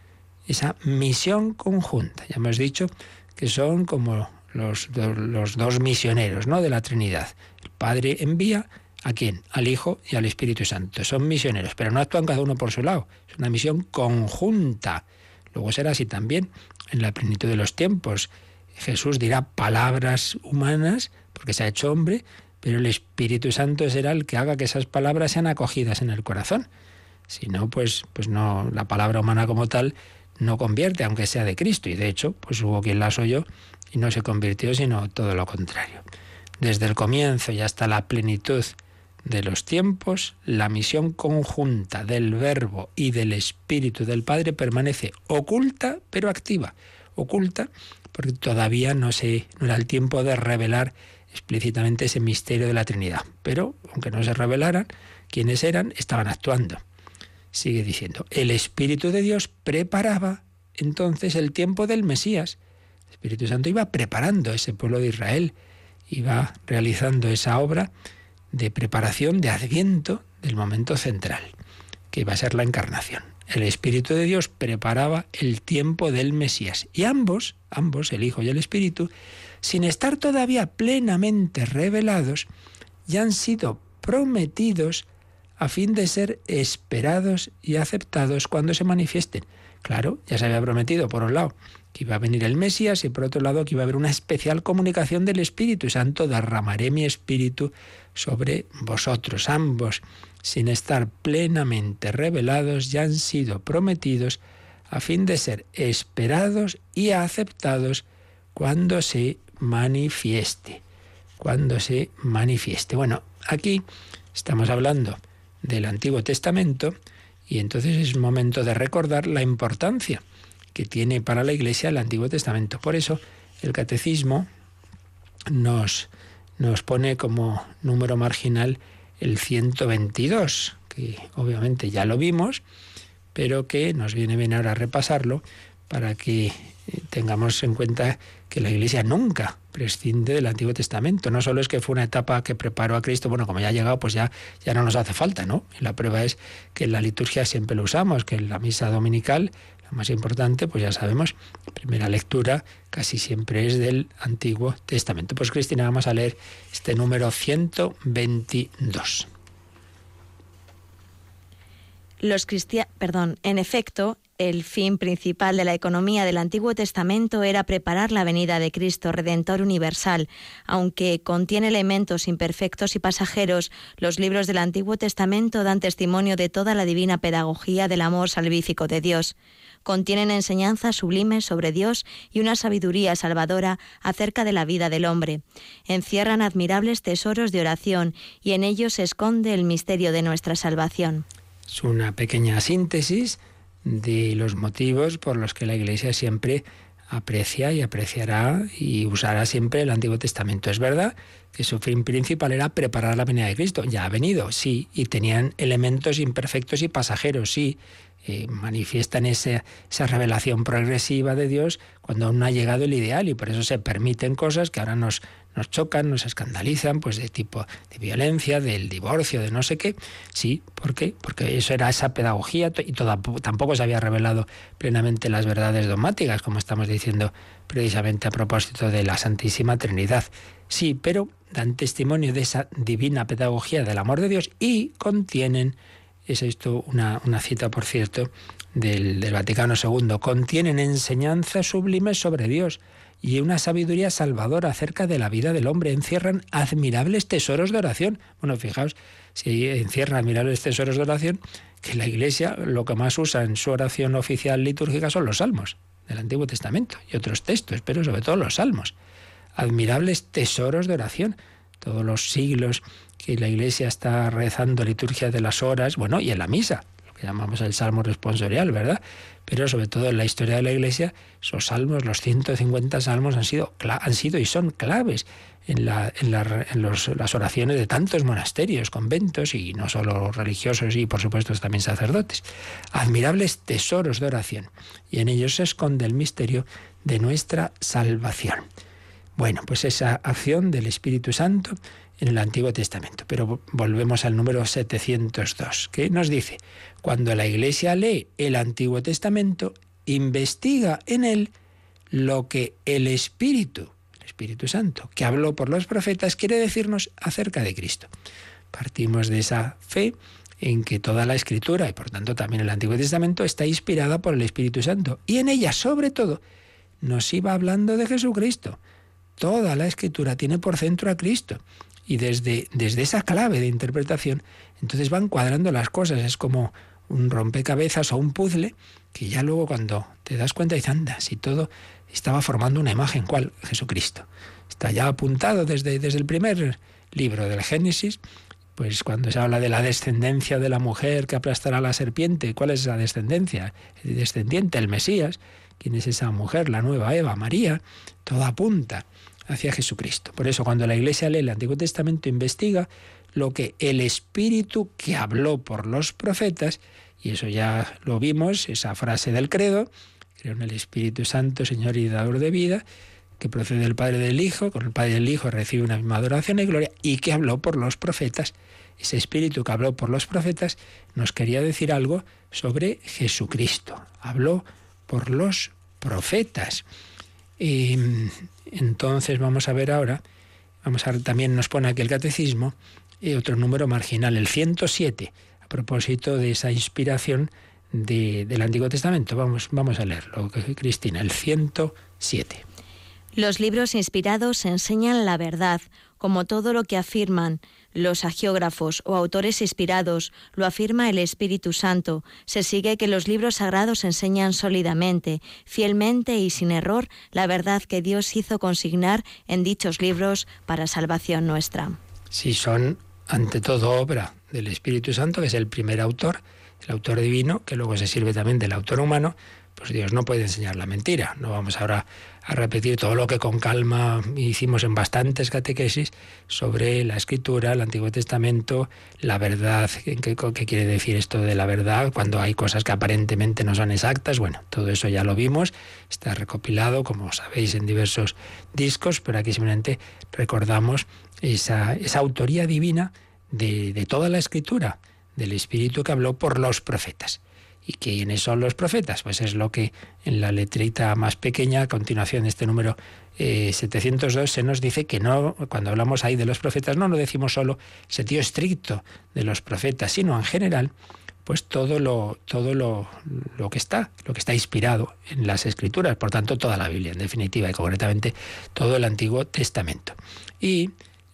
esa misión conjunta. Ya hemos dicho que son como los, los dos misioneros, ¿no?, de la Trinidad. El Padre envía ¿a quién? Al Hijo y al Espíritu Santo. Son misioneros, pero no actúan cada uno por su lado. Es una misión conjunta. Luego será así también en la plenitud de los tiempos. Jesús dirá palabras humanas porque se ha hecho hombre, pero el Espíritu Santo será el que haga que esas palabras sean acogidas en el corazón. Si no, pues, pues no, la palabra humana como tal no convierte, aunque sea de Cristo. Y de hecho, pues hubo quien las oyó y no se convirtió, sino todo lo contrario. Desde el comienzo y hasta la plenitud de los tiempos, la misión conjunta del Verbo y del Espíritu del Padre permanece oculta, pero activa. Oculta porque todavía no, se, no era el tiempo de revelar explícitamente ese misterio de la Trinidad. Pero, aunque no se revelaran quiénes eran, estaban actuando. Sigue diciendo, el Espíritu de Dios preparaba entonces el tiempo del Mesías. El Espíritu Santo iba preparando ese pueblo de Israel, iba realizando esa obra de preparación, de adviento del momento central, que iba a ser la encarnación. El Espíritu de Dios preparaba el tiempo del Mesías. Y ambos, ambos, el Hijo y el Espíritu, sin estar todavía plenamente revelados, ya han sido prometidos a fin de ser esperados y aceptados cuando se manifiesten. Claro, ya se había prometido, por un lado, que iba a venir el Mesías y por otro lado que iba a haber una especial comunicación del Espíritu Santo. Derramaré mi Espíritu sobre vosotros. Ambos, sin estar plenamente revelados, ya han sido prometidos a fin de ser esperados y aceptados cuando se manifieste. Cuando se manifieste. Bueno, aquí estamos hablando del Antiguo Testamento y entonces es momento de recordar la importancia que tiene para la Iglesia el Antiguo Testamento. Por eso el Catecismo nos, nos pone como número marginal el ciento veintidós, que obviamente ya lo vimos, pero que nos viene bien ahora repasarlo para que tengamos en cuenta que la Iglesia nunca prescinde del Antiguo Testamento. No solo es que fue una etapa que preparó a Cristo, bueno, como ya ha llegado, pues ya, ya no nos hace falta, ¿no? Y la prueba es que en la liturgia siempre lo usamos, que en la misa dominical, la más importante, pues ya sabemos, primera lectura casi siempre es del Antiguo Testamento. Pues Cristina, vamos a leer este número ciento veintidós. Los cristianos, perdón, en efecto, el fin principal de la economía del Antiguo Testamento era preparar la venida de Cristo, Redentor universal. Aunque contiene elementos imperfectos y pasajeros, los libros del Antiguo Testamento dan testimonio de toda la divina pedagogía del amor salvífico de Dios. Contienen enseñanzas sublimes sobre Dios y una sabiduría salvadora acerca de la vida del hombre. Encierran admirables tesoros de oración y en ellos se esconde el misterio de nuestra salvación. Es una pequeña síntesis de los motivos por los que la Iglesia siempre aprecia y apreciará y usará siempre el Antiguo Testamento. Es verdad que su fin principal era preparar la venida de Cristo. Ya ha venido, sí, y tenían elementos imperfectos y pasajeros, sí. Eh, manifiestan ese, esa revelación progresiva de Dios cuando aún no ha llegado el ideal, y por eso se permiten cosas que ahora nos, nos chocan, nos escandalizan, pues de tipo de violencia, del divorcio, de no sé qué. Sí, ¿por qué? Porque eso era esa pedagogía y toda, tampoco se había revelado plenamente las verdades dogmáticas, como estamos diciendo precisamente a propósito de la Santísima Trinidad. Sí, pero dan testimonio de esa divina pedagogía del amor de Dios y contienen, es esto una, una cita, por cierto, del, del Vaticano segundo, contienen enseñanzas sublimes sobre Dios y una sabiduría salvadora acerca de la vida del hombre. Encierran admirables tesoros de oración. Bueno, fijaos, si encierran admirables tesoros de oración, que la Iglesia lo que más usa en su oración oficial litúrgica son los salmos del Antiguo Testamento y otros textos, pero sobre todo los salmos. Admirables tesoros de oración. Todos los siglos que la Iglesia está rezando liturgia de las horas, bueno, y en la misa, lo que llamamos el salmo responsorial, ¿verdad? Pero sobre todo en la historia de la Iglesia, esos salmos, los ciento cincuenta salmos han sido, han sido y son claves en, la, en, la, en los, las oraciones de tantos monasterios, conventos, y no solo religiosos y por supuesto también sacerdotes. Admirables tesoros de oración, y en ellos se esconde el misterio de nuestra salvación. Bueno, pues esa acción del Espíritu Santo en el Antiguo Testamento. Pero volvemos al número setecientos dos, que nos dice, cuando la Iglesia lee el Antiguo Testamento, investiga en él lo que el Espíritu, el Espíritu Santo, que habló por los profetas, quiere decirnos acerca de Cristo. Partimos de esa fe en que toda la Escritura, y por tanto también el Antiguo Testamento, está inspirada por el Espíritu Santo. Y en ella, sobre todo, nos iba hablando de Jesucristo. Toda la Escritura tiene por centro a Cristo. Y desde, desde esa clave de interpretación, entonces van cuadrando las cosas. Es como un rompecabezas o un puzzle que ya luego cuando te das cuenta dices, anda, si todo estaba formando una imagen, ¿cuál? Jesucristo. Está ya apuntado desde, desde el primer libro del Génesis. Pues cuando se habla de la descendencia de la mujer que aplastará a la serpiente, ¿cuál es esa descendencia? El descendiente, el Mesías. ¿Quién es esa mujer? La nueva Eva, María. Todo apunta hacia Jesucristo. Por eso cuando la Iglesia lee el Antiguo Testamento investiga lo que el Espíritu que habló por los profetas, y eso ya lo vimos, esa frase del credo, creo en el Espíritu Santo, Señor y dador de vida, que procede del Padre y del Hijo, con el Padre y el Hijo recibe una misma adoración y gloria, y que habló por los profetas. Ese Espíritu que habló por los profetas nos quería decir algo sobre Jesucristo. Habló por los profetas. Y entonces vamos a ver ahora, vamos a ver, también nos pone aquí el Catecismo, y otro número marginal, el ciento siete, a propósito de esa inspiración de, del Antiguo Testamento. Vamos, vamos a leerlo, Cristina, el ciento siete. Los libros inspirados enseñan la verdad, como todo lo que afirman los hagiógrafos o autores inspirados, lo afirma el Espíritu Santo. Se sigue que los libros sagrados enseñan sólidamente, fielmente y sin error la verdad que Dios hizo consignar en dichos libros para salvación nuestra. Sí, son ante todo obra del Espíritu Santo, que es el primer autor, el autor divino, que luego se sirve también del autor humano. Pues Dios no puede enseñar la mentira. No vamos ahora a repetir todo lo que con calma hicimos en bastantes catequesis sobre la Escritura, el Antiguo Testamento, la verdad, ¿qué, qué quiere decir esto de la verdad? Cuando hay cosas que aparentemente no son exactas. Bueno, todo eso ya lo vimos, está recopilado, como sabéis, en diversos discos, pero aquí simplemente recordamos esa, esa autoría divina de, de toda la Escritura, del Espíritu que habló por los profetas. ¿Y quiénes son los profetas? Pues es lo que en la letrita más pequeña, a continuación de este número eh, setecientos dos, se nos dice que no, cuando hablamos ahí de los profetas, no lo decimos solo sentido estricto de los profetas, sino en general, pues todo lo, todo lo, lo que está, lo que está inspirado en las Escrituras, por tanto toda la Biblia, en definitiva, y concretamente todo el Antiguo Testamento. Y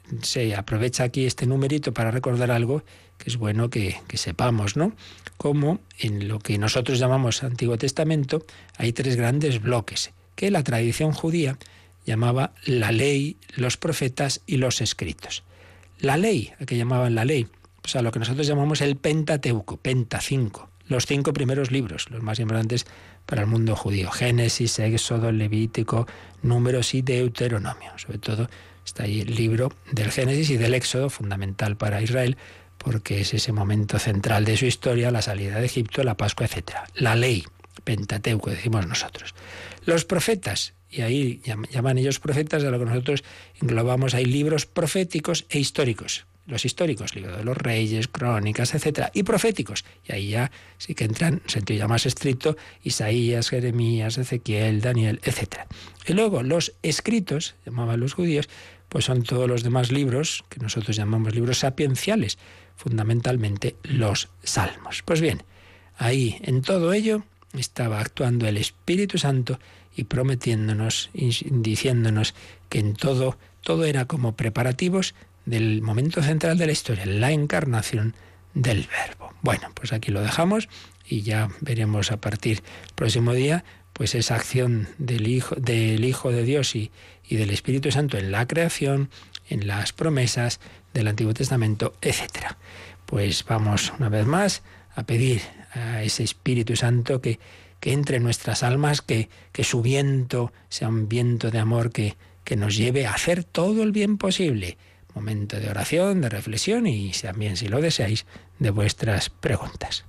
se aprovecha aquí este numerito para recordar algo que es bueno que, que sepamos, ¿no? Como en lo que nosotros llamamos Antiguo Testamento hay tres grandes bloques que la tradición judía llamaba la ley, los profetas y los escritos. La ley, ¿a qué llamaban la ley? Pues a lo que nosotros llamamos el Pentateuco, Penta cinco, los cinco primeros libros, los más importantes para el mundo judío: Génesis, Éxodo, Levítico, Números y Deuteronomio. Sobre todo está ahí el libro del Génesis y del Éxodo, fundamental para Israel, porque es ese momento central de su historia, la salida de Egipto, la Pascua, etcétera. La ley, Pentateuco, decimos nosotros. Los profetas, y ahí llaman ellos profetas a lo que nosotros englobamos ahí libros proféticos e históricos. Los históricos, libro de los reyes, crónicas, etcétera, y proféticos. Y ahí ya sí que entran, en sentido ya más estricto, Isaías, Jeremías, Ezequiel, Daniel, etcétera. Y luego los escritos, llamaban los judíos, pues son todos los demás libros que nosotros llamamos libros sapienciales, fundamentalmente los salmos. Pues bien, ahí en todo ello estaba actuando el Espíritu Santo y prometiéndonos, y diciéndonos que en todo, todo era como preparativos del momento central de la historia, la encarnación del Verbo. Bueno, pues aquí lo dejamos y ya veremos a partir del próximo día pues esa acción del Hijo, del Hijo de Dios y, y del Espíritu Santo en la creación, en las promesas del Antiguo Testamento, etcétera. Pues vamos una vez más a pedir a ese Espíritu Santo que, que entre en nuestras almas, que, que su viento sea un viento de amor que, que nos lleve a hacer todo el bien posible. Momento de oración, de reflexión y también, si lo deseáis, de vuestras preguntas.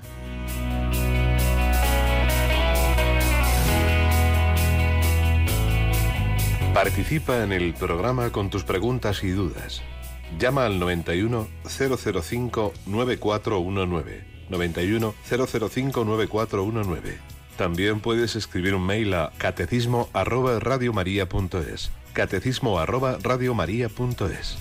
Participa en el programa con tus preguntas y dudas. Llama al noventa y uno, cero cero cinco, noventa y cuatro diecinueve. noventa y uno, cero cero cinco, noventa y cuatro diecinueve. También puedes escribir un mail a catecismo arroba radiomaria punto es. catecismo arroba radiomaria punto es.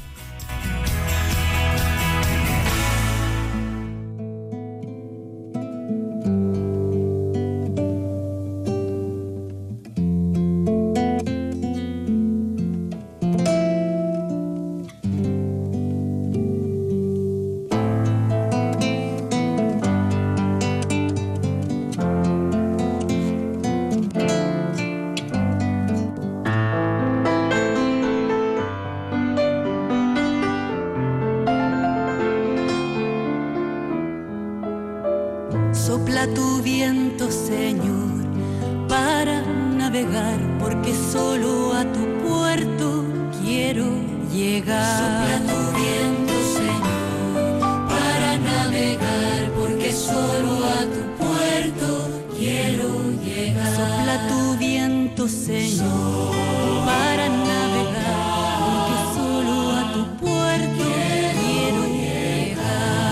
Sopla tu viento, Señor, para navegar, porque solo a tu puerto quiero llegar. Sopla tu viento, Señor, para navegar, porque solo a tu puerto quiero llegar. Sopla tu viento, Señor, para navegar, porque solo a tu puerto quiero llegar.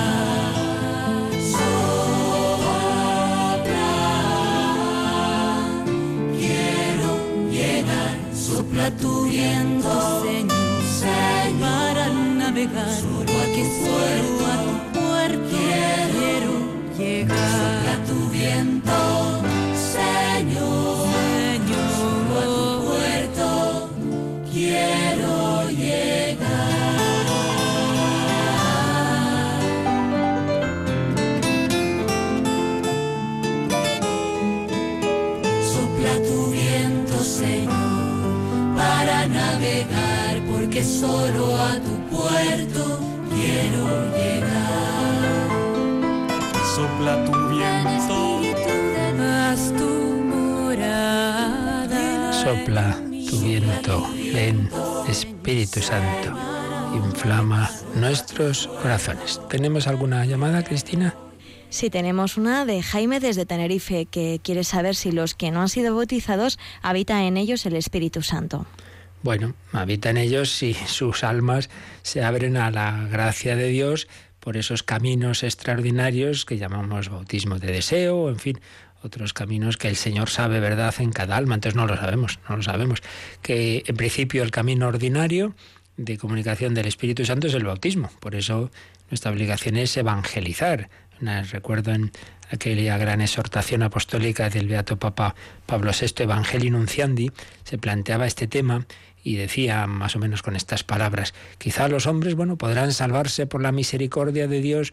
Sopla tu viento, Señor, Señor, para navegar, porque solo a tu puerto quiero llegar. Sopla tu viento, Señor, Señor, solo a tu puerto quiero llegar. Sopla tu viento, Señor, para navegar, porque solo a tu puerto quiero llegar. Sopla tu viento, haz tu morada. Sopla tu viento, ven, Espíritu Santo, inflama nuestros corazones. ¿Tenemos alguna llamada, Cristina? Sí, tenemos una de Jaime desde Tenerife, que quiere saber si los que no han sido bautizados habita en ellos el Espíritu Santo. Bueno, habita en ellos si sus almas se abren a la gracia de Dios por esos caminos extraordinarios que llamamos bautismo de deseo, en fin, otros caminos que el Señor sabe, ¿verdad?, en cada alma. Entonces no lo sabemos, no lo sabemos. Que en principio el camino ordinario de comunicación del Espíritu Santo es el bautismo. Por eso nuestra obligación es evangelizar. Recuerdo en aquella gran exhortación apostólica del Beato Papa Pablo sexto, Evangelii Nunciandi, se planteaba este tema y decía más o menos con estas palabras: quizá los hombres, bueno, podrán salvarse por la misericordia de Dios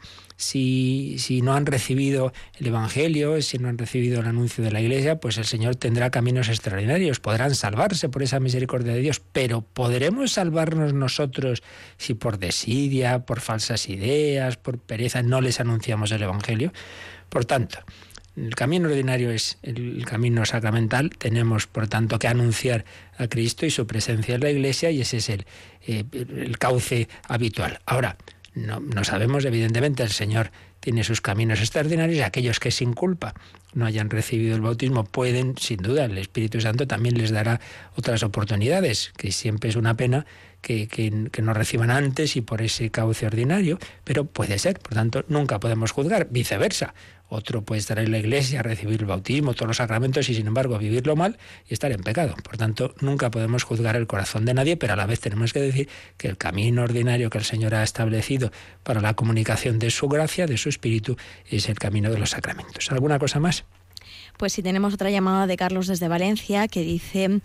si, si no han recibido el Evangelio, si no han recibido el anuncio de la Iglesia, pues el Señor tendrá caminos extraordinarios, podrán salvarse por esa misericordia de Dios, pero ¿podremos salvarnos nosotros si por desidia, por falsas ideas, por pereza no les anunciamos el Evangelio? Por tanto, el camino ordinario es el camino sacramental. Tenemos, por tanto, que anunciar a Cristo y su presencia en la Iglesia, y ese es el, eh, el cauce habitual. Ahora, no, no sabemos, evidentemente, el Señor tiene sus caminos extraordinarios, y aquellos que sin culpa no hayan recibido el bautismo pueden, sin duda, el Espíritu Santo también les dará otras oportunidades, que siempre es una pena que, que, que no reciban antes y por ese cauce ordinario, pero puede ser. Por tanto, nunca podemos juzgar, viceversa. Otro puede estar en la Iglesia, recibir el bautismo, todos los sacramentos, y sin embargo vivirlo mal y estar en pecado. Por tanto, nunca podemos juzgar el corazón de nadie, pero a la vez tenemos que decir que el camino ordinario que el Señor ha establecido para la comunicación de su gracia, de su Espíritu, es el camino de los sacramentos. ¿Alguna cosa más? Pues sí, tenemos otra llamada de Carlos desde Valencia, que dice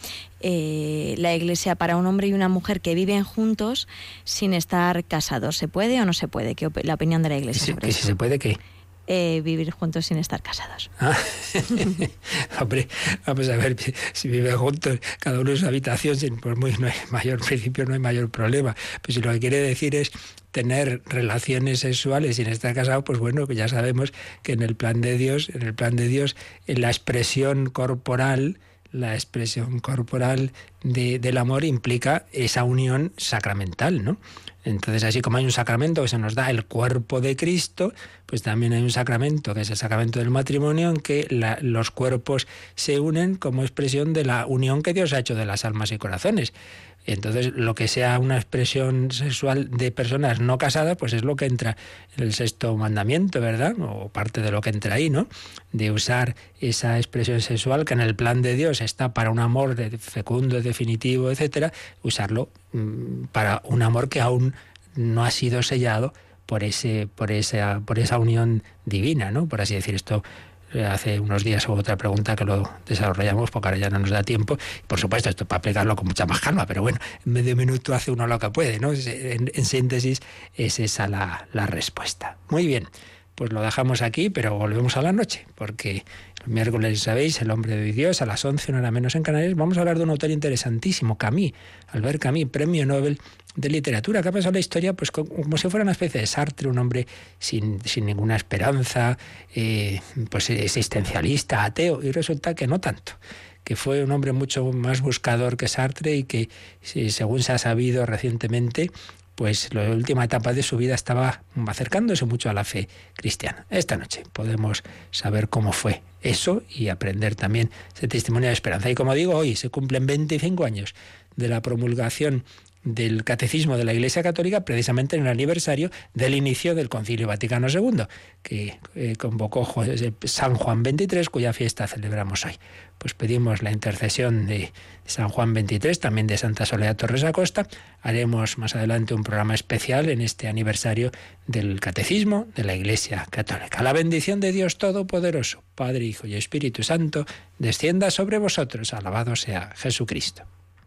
eh, la Iglesia para un hombre y una mujer que viven juntos sin estar casados. ¿Se puede o no se puede? ¿Qué op- la opinión de la Iglesia ¿Que sobre si, eso? si se puede qué? Eh, vivir juntos sin estar casados. Ah, hombre, vamos a ver, si viven juntos, cada uno en su habitación, sin, pues muy, no hay mayor principio, no hay mayor problema. Pues si lo que quiere decir es tener relaciones sexuales sin estar casado, pues bueno, pues ya sabemos que en el plan de Dios, en el plan de Dios, en la expresión corporal, la expresión corporal de, del amor implica esa unión sacramental, ¿no? Entonces, así como hay un sacramento que se nos da el cuerpo de Cristo, pues también hay un sacramento, que es el sacramento del matrimonio, en que la, los cuerpos se unen como expresión de la unión que Dios ha hecho de las almas y corazones. Entonces, lo que sea una expresión sexual de personas no casadas, pues es lo que entra en el sexto mandamiento, ¿verdad? O parte de lo que entra ahí, ¿no? De usar esa expresión sexual que en el plan de Dios está para un amor fecundo, definitivo, etcétera, usarlo mmm, para un amor que aún no ha sido sellado por ese, por esa, por esa unión divina, ¿no? Por así decir, esto hace unos días hubo otra pregunta que lo desarrollamos porque ahora ya no nos da tiempo. Por supuesto, esto para aplicarlo con mucha más calma, pero bueno, en medio minuto hace uno lo que puede, ¿no? En, en síntesis, es esa la, la respuesta. Muy bien, pues lo dejamos aquí, pero volvemos a la noche, porque el miércoles, sabéis, El hombre de Dios, a las once, una hora menos en Canarias, vamos a hablar de un autor interesantísimo, Camus, Albert Camus, premio Nobel de literatura, que ha pasado la historia pues como si fuera una especie de Sartre, un hombre sin, sin ninguna esperanza, eh, pues existencialista, ateo, y resulta que no tanto, que fue un hombre mucho más buscador que Sartre y que, según se ha sabido recientemente, pues la última etapa de su vida estaba acercándose mucho a la fe cristiana. Esta noche podemos saber cómo fue eso y aprender también ese testimonio de esperanza. Y como digo, hoy se cumplen veinticinco años de la promulgación del Catecismo de la Iglesia Católica, precisamente en el aniversario del inicio del Concilio Vaticano segundo, que eh, convocó San Juan veintitrés, cuya fiesta celebramos hoy. Pues pedimos la intercesión de San Juan veintitrés, también de Santa Soledad Torres Acosta. Haremos más adelante un programa especial en este aniversario del Catecismo de la Iglesia Católica. La bendición de Dios Todopoderoso, Padre, Hijo y Espíritu Santo, descienda sobre vosotros. Alabado sea Jesucristo.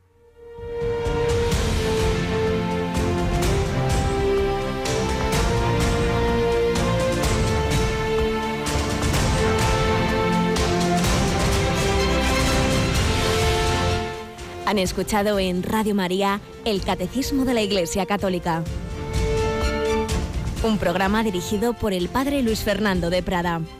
Han escuchado en Radio María el Catecismo de la Iglesia Católica, un programa dirigido por el Padre Luis Fernando de Prada.